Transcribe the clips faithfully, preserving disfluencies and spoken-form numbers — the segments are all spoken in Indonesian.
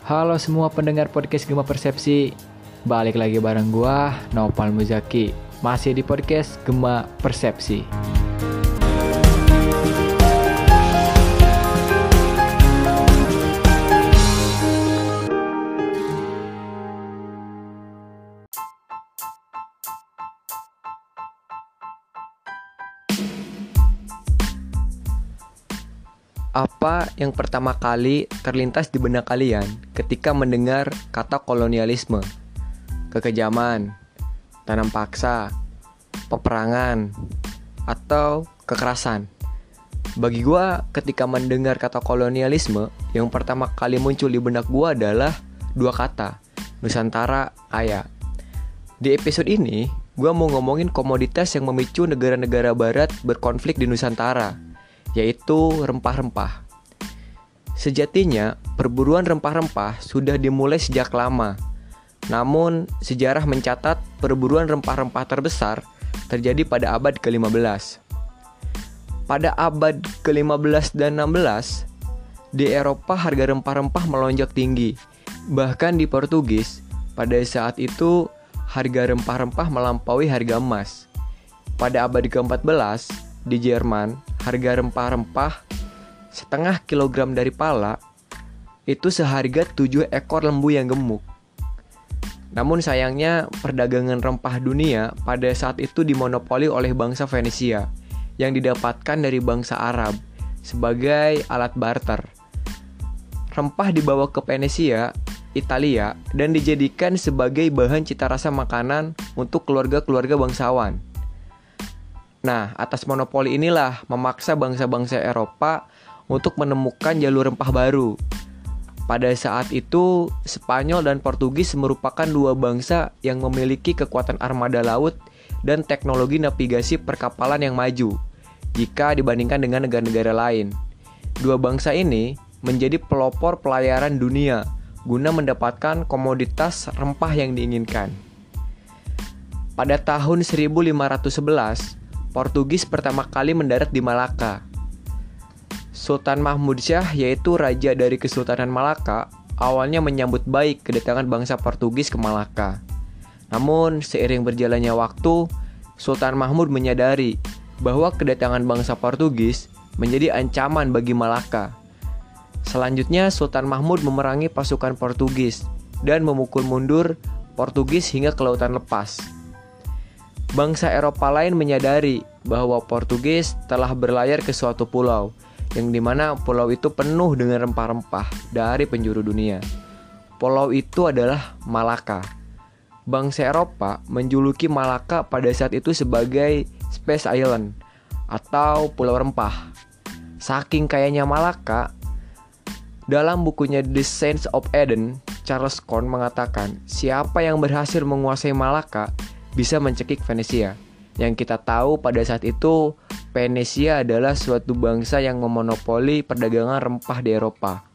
Halo semua pendengar podcast Gema Persepsi. Balik lagi bareng gua, Nopal Muzaki. Masih di podcast Gema Persepsi. Apa yang pertama kali terlintas di benak kalian ketika mendengar kata kolonialisme? Kekejaman, tanam paksa, peperangan, atau kekerasan? Bagi gua, ketika mendengar kata kolonialisme, yang pertama kali muncul di benak gua adalah dua kata, Nusantara kaya. Di episode ini, gua mau ngomongin komoditas yang memicu negara-negara barat berkonflik di Nusantara, yaitu rempah-rempah. Sejatinya, perburuan rempah-rempah sudah dimulai sejak lama. Namun, sejarah mencatat perburuan rempah-rempah terbesar terjadi pada abad ke lima belas. Pada abad ke lima belas dan enam belas, di Eropa harga rempah-rempah melonjak tinggi. Bahkan di Portugis, pada saat itu harga rempah-rempah melampaui harga emas. Pada abad ke empat belas, di Jerman, harga rempah-rempah setengah kilogram dari pala itu seharga tujuh ekor lembu yang gemuk. Namun sayangnya perdagangan rempah dunia pada saat itu dimonopoli oleh bangsa Venesia yang didapatkan dari bangsa Arab sebagai alat barter. Rempah dibawa ke Venesia, Italia, dan dijadikan sebagai bahan cita rasa makanan untuk keluarga-keluarga bangsawan. Nah, atas monopoli inilah memaksa bangsa-bangsa Eropa untuk menemukan jalur rempah baru. Pada saat itu, Spanyol dan Portugis merupakan dua bangsa yang memiliki kekuatan armada laut dan teknologi navigasi perkapalan yang maju jika dibandingkan dengan negara-negara lain. Dua bangsa ini menjadi pelopor pelayaran dunia guna mendapatkan komoditas rempah yang diinginkan. Pada tahun seribu lima ratus sebelas, Portugis pertama kali mendarat di Malaka. Sultan Mahmud Syah, yaitu raja dari Kesultanan Malaka, awalnya menyambut baik kedatangan bangsa Portugis ke Malaka. Namun, seiring berjalannya waktu, Sultan Mahmud menyadari bahwa kedatangan bangsa Portugis menjadi ancaman bagi Malaka. Selanjutnya, Sultan Mahmud memerangi pasukan Portugis dan memukul mundur Portugis hingga ke Lautan Lepas. Bangsa Eropa lain menyadari bahwa Portugis telah berlayar ke suatu pulau, yang dimana pulau itu penuh dengan rempah-rempah dari penjuru dunia. Pulau itu adalah Malaka. Bangsa Eropa menjuluki Malaka pada saat itu sebagai Spice Island atau Pulau Rempah. Saking kayanya Malaka, dalam bukunya The Sands of Eden, Charles Kohn mengatakan, siapa yang berhasil menguasai Malaka bisa mencekik Venesia. Yang kita tahu pada saat itu Venesia adalah suatu bangsa yang memonopoli perdagangan rempah di Eropa.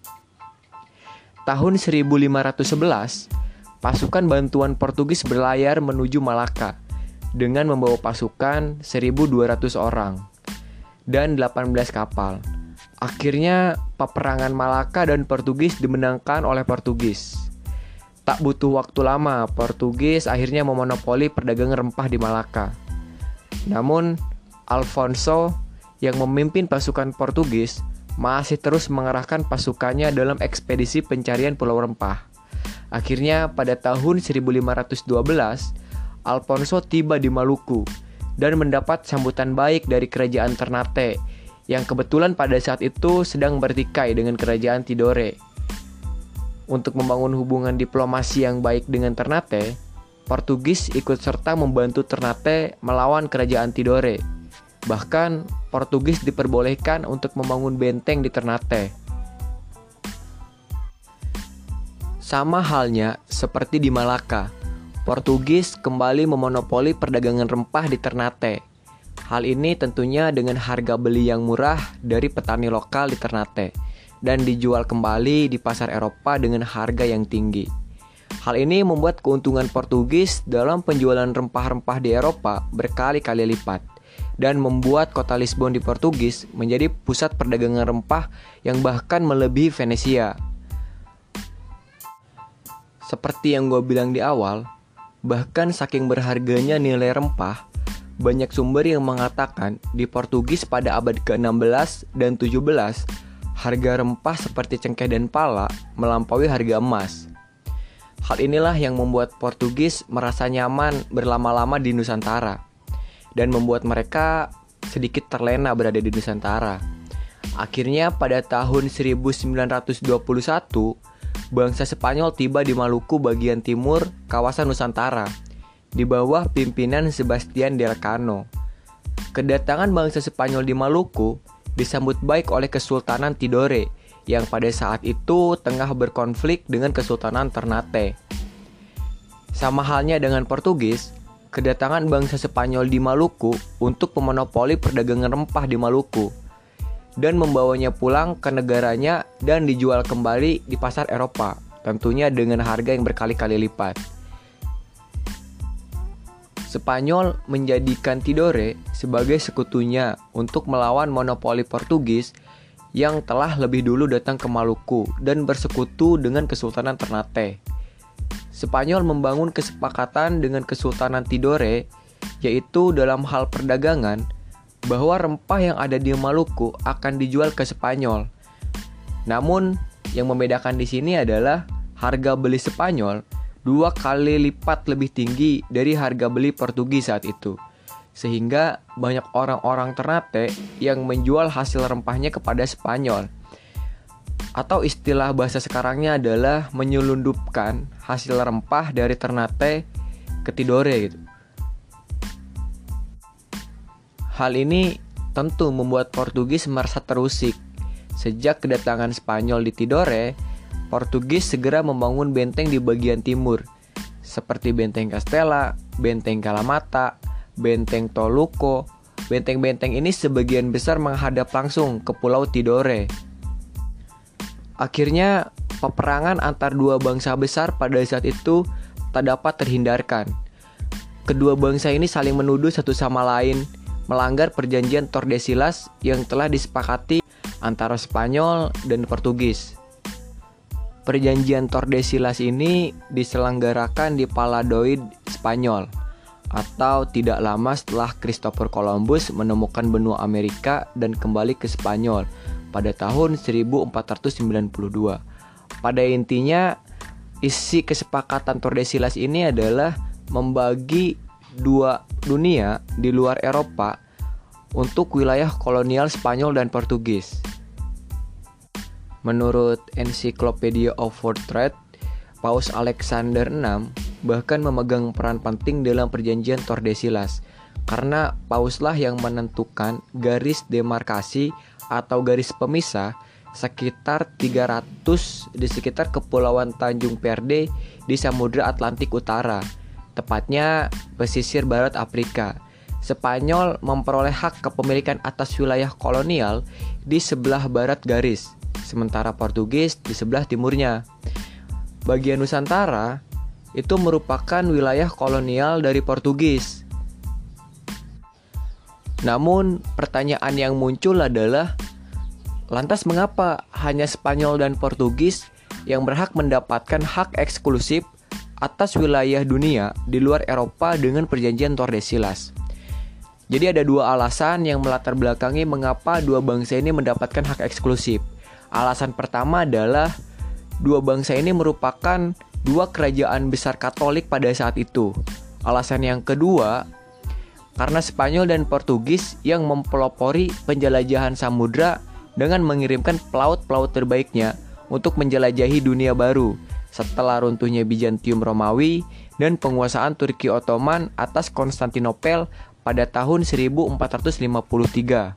Tahun seribu lima ratus sebelas, pasukan bantuan Portugis berlayar menuju Malaka dengan membawa pasukan seribu dua ratus orang dan delapan belas kapal. Akhirnya peperangan Malaka dan Portugis dimenangkan oleh Portugis. Tak butuh waktu lama, Portugis akhirnya memonopoli perdagangan rempah di Malaka. Namun, Alfonso yang memimpin pasukan Portugis masih terus mengerahkan pasukannya dalam ekspedisi pencarian pulau rempah. Akhirnya, pada tahun seribu lima ratus dua belas, Alfonso tiba di Maluku dan mendapat sambutan baik dari kerajaan Ternate yang kebetulan pada saat itu sedang bertikai dengan kerajaan Tidore. Untuk membangun hubungan diplomasi yang baik dengan Ternate, Portugis ikut serta membantu Ternate melawan kerajaan Tidore. Bahkan, Portugis diperbolehkan untuk membangun benteng di Ternate. Sama halnya seperti di Malaka, Portugis kembali memonopoli perdagangan rempah di Ternate. Hal ini tentunya dengan harga beli yang murah dari petani lokal di Ternate dan dijual kembali di pasar Eropa dengan harga yang tinggi. Hal ini membuat keuntungan Portugis dalam penjualan rempah-rempah di Eropa berkali-kali lipat dan membuat kota Lisbon di Portugis menjadi pusat perdagangan rempah yang bahkan melebihi Venesia. Seperti yang gue bilang di awal, bahkan saking berharganya nilai rempah, banyak sumber yang mengatakan di Portugis pada abad ke enam belas dan tujuh belas, harga rempah seperti cengkeh dan pala melampaui harga emas. Hal inilah yang membuat Portugis merasa nyaman berlama-lama di Nusantara dan membuat mereka sedikit terlena berada di Nusantara. Akhirnya pada tahun seribu sembilan ratus dua puluh satu, bangsa Spanyol tiba di Maluku bagian timur kawasan Nusantara di bawah pimpinan Sebastian de Elcano. Kedatangan bangsa Spanyol di Maluku disambut baik oleh Kesultanan Tidore yang pada saat itu tengah berkonflik dengan Kesultanan Ternate. Sama halnya dengan Portugis, kedatangan bangsa Spanyol di Maluku untuk memonopoli perdagangan rempah di Maluku dan membawanya pulang ke negaranya dan dijual kembali di pasar Eropa, tentunya dengan harga yang berkali-kali lipat. Spanyol menjadikan Tidore sebagai sekutunya untuk melawan monopoli Portugis yang telah lebih dulu datang ke Maluku dan bersekutu dengan Kesultanan Ternate. Spanyol membangun kesepakatan dengan Kesultanan Tidore, yaitu dalam hal perdagangan, bahwa rempah yang ada di Maluku akan dijual ke Spanyol. Namun, yang membedakan di sini adalah harga beli Spanyol dua kali lipat lebih tinggi dari harga beli Portugis saat itu. Sehingga banyak orang-orang Ternate yang menjual hasil rempahnya kepada Spanyol. Atau istilah bahasa sekarangnya adalah menyelundupkan hasil rempah dari Ternate ke Tidore gitu. Hal ini tentu membuat Portugis merasa terusik. Sejak kedatangan Spanyol di Tidore, Portugis segera membangun benteng di bagian timur, seperti Benteng Castella, Benteng Kalamata, Benteng Toluco. Benteng-benteng ini sebagian besar menghadap langsung ke Pulau Tidore. Akhirnya, peperangan antar dua bangsa besar pada saat itu tak dapat terhindarkan. Kedua bangsa ini saling menuduh satu sama lain melanggar perjanjian Tordesillas yang telah disepakati antara Spanyol dan Portugis. Perjanjian Tordesillas ini diselenggarakan di Valladolid, Spanyol, atau tidak lama setelah Christopher Columbus menemukan benua Amerika dan kembali ke Spanyol pada tahun seribu empat ratus sembilan puluh dua. Pada intinya, isi kesepakatan Tordesillas ini adalah membagi dua dunia di luar Eropa untuk wilayah kolonial Spanyol dan Portugis. Menurut Encyclopedia of World Trade, Paus Alexander keenam bahkan memegang peran penting dalam perjanjian Tordesillas karena pauslah yang menentukan garis demarkasi atau garis pemisah sekitar tiga ratus di sekitar Kepulauan Tanjung Verde di Samudra Atlantik Utara, tepatnya pesisir barat Afrika. Spanyol memperoleh hak kepemilikan atas wilayah kolonial di sebelah barat garis, sementara Portugis di sebelah timurnya. Bagian Nusantara itu merupakan wilayah kolonial dari Portugis. Namun, pertanyaan yang muncul adalah, lantas mengapa hanya Spanyol dan Portugis yang berhak mendapatkan hak eksklusif atas wilayah dunia di luar Eropa dengan perjanjian Tordesillas? Jadi ada dua alasan yang melatar belakangi mengapa dua bangsa ini mendapatkan hak eksklusif. Alasan pertama adalah dua bangsa ini merupakan dua kerajaan besar Katolik pada saat itu. Alasan yang kedua, karena Spanyol dan Portugis yang mempelopori penjelajahan samudra dengan mengirimkan pelaut-pelaut terbaiknya untuk menjelajahi dunia baru setelah runtuhnya Bizantium Romawi dan penguasaan Turki Ottoman atas Konstantinopel pada tahun seribu empat ratus lima puluh tiga.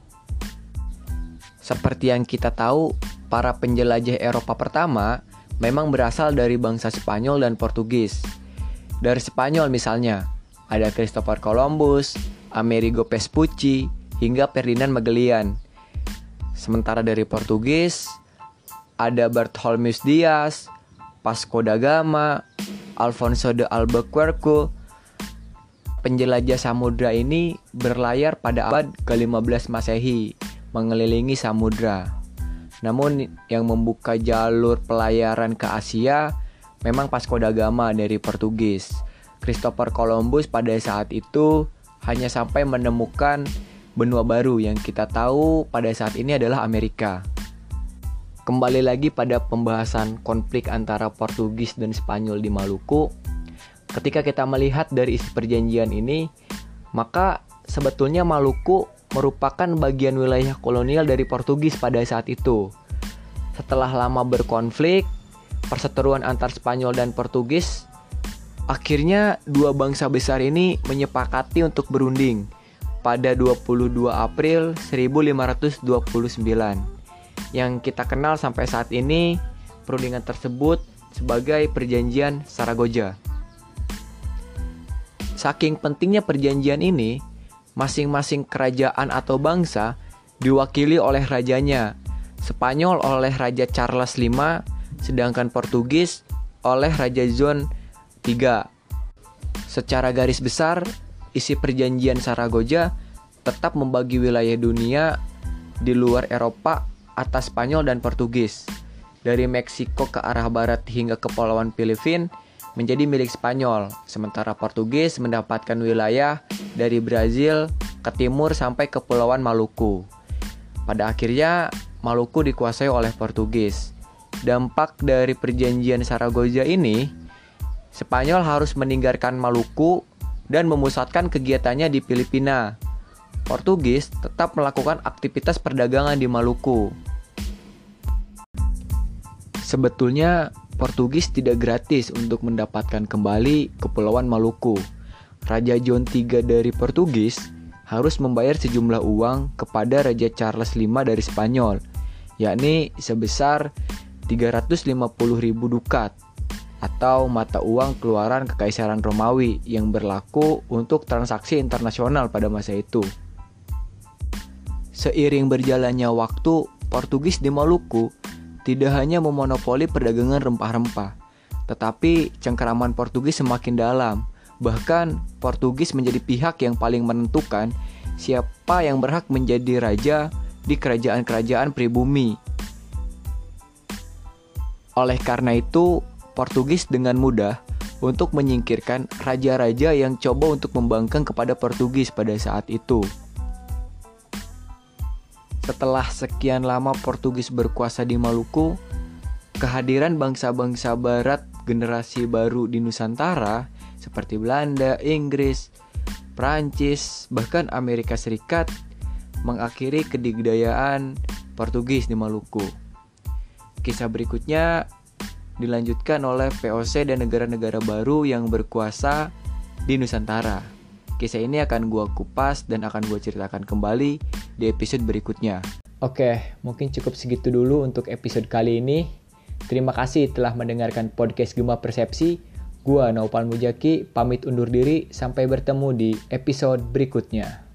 Seperti yang kita tahu, para penjelajah Eropa pertama memang berasal dari bangsa Spanyol dan Portugis. Dari Spanyol misalnya, ada Christopher Columbus, Amerigo Vespucci, hingga Ferdinand Magellan. Sementara dari Portugis, ada Bartolomeu Dias, Vasco da Gama, Alfonso de Albuquerque. Penjelajah samudra ini berlayar pada abad ke lima belas Masehi, mengelilingi samudra. Namun yang membuka jalur pelayaran ke Asia memang Vasco da Gama dari Portugis. Christopher Columbus pada saat itu hanya sampai menemukan benua baru yang kita tahu pada saat ini adalah Amerika. Kembali lagi pada pembahasan konflik antara Portugis dan Spanyol di Maluku. Ketika kita melihat dari isi perjanjian ini, maka sebetulnya Maluku merupakan bagian wilayah kolonial dari Portugis pada saat itu. Setelah lama berkonflik, perseteruan antar Spanyol dan Portugis, akhirnya dua bangsa besar ini menyepakati untuk berunding pada dua puluh dua April seribu lima ratus dua puluh sembilan. Yang kita kenal sampai saat ini, perundingan tersebut sebagai Perjanjian Saragoja. Saking pentingnya perjanjian ini, masing-masing kerajaan atau bangsa diwakili oleh rajanya. Spanyol oleh Raja Charles lima, sedangkan Portugis oleh Raja John tiga. Secara garis besar, isi perjanjian Saragoja tetap membagi wilayah dunia di luar Eropa atas Spanyol dan Portugis. Dari Meksiko ke arah barat hingga Kepulauan Filipina menjadi milik Spanyol, sementara Portugis mendapatkan wilayah dari Brazil ke timur sampai Kepulauan Maluku. Pada akhirnya, Maluku dikuasai oleh Portugis. Dampak dari perjanjian Saragoja ini, Spanyol harus meninggalkan Maluku dan memusatkan kegiatannya di Filipina. Portugis tetap melakukan aktivitas perdagangan di Maluku. Sebetulnya, Portugis tidak gratis untuk mendapatkan kembali Kepulauan Maluku. Raja John tiga dari Portugis harus membayar sejumlah uang kepada Raja Charles lima dari Spanyol, yakni sebesar tiga ratus lima puluh ribu dukat atau mata uang keluaran Kekaisaran Romawi yang berlaku untuk transaksi internasional pada masa itu. Seiring berjalannya waktu, Portugis di Maluku tidak hanya memonopoli perdagangan rempah-rempah, tetapi cengkeraman Portugis semakin dalam. Bahkan, Portugis menjadi pihak yang paling menentukan siapa yang berhak menjadi raja di kerajaan-kerajaan pribumi. Oleh karena itu, Portugis dengan mudah untuk menyingkirkan raja-raja yang coba untuk membangkang kepada Portugis pada saat itu. Setelah sekian lama Portugis berkuasa di Maluku, kehadiran bangsa-bangsa barat generasi baru di Nusantara seperti Belanda, Inggris, Prancis, bahkan Amerika Serikat mengakhiri kedikdayaan Portugis di Maluku. Kisah berikutnya dilanjutkan oleh V O C dan negara-negara baru yang berkuasa di Nusantara. Kisah ini akan gue kupas dan akan gue ceritakan kembali di episode berikutnya. Oke, mungkin cukup segitu dulu untuk episode kali ini. Terima kasih telah mendengarkan podcast Gema Persepsi. Gua Naufal Mujaki pamit undur diri, sampai bertemu di episode berikutnya.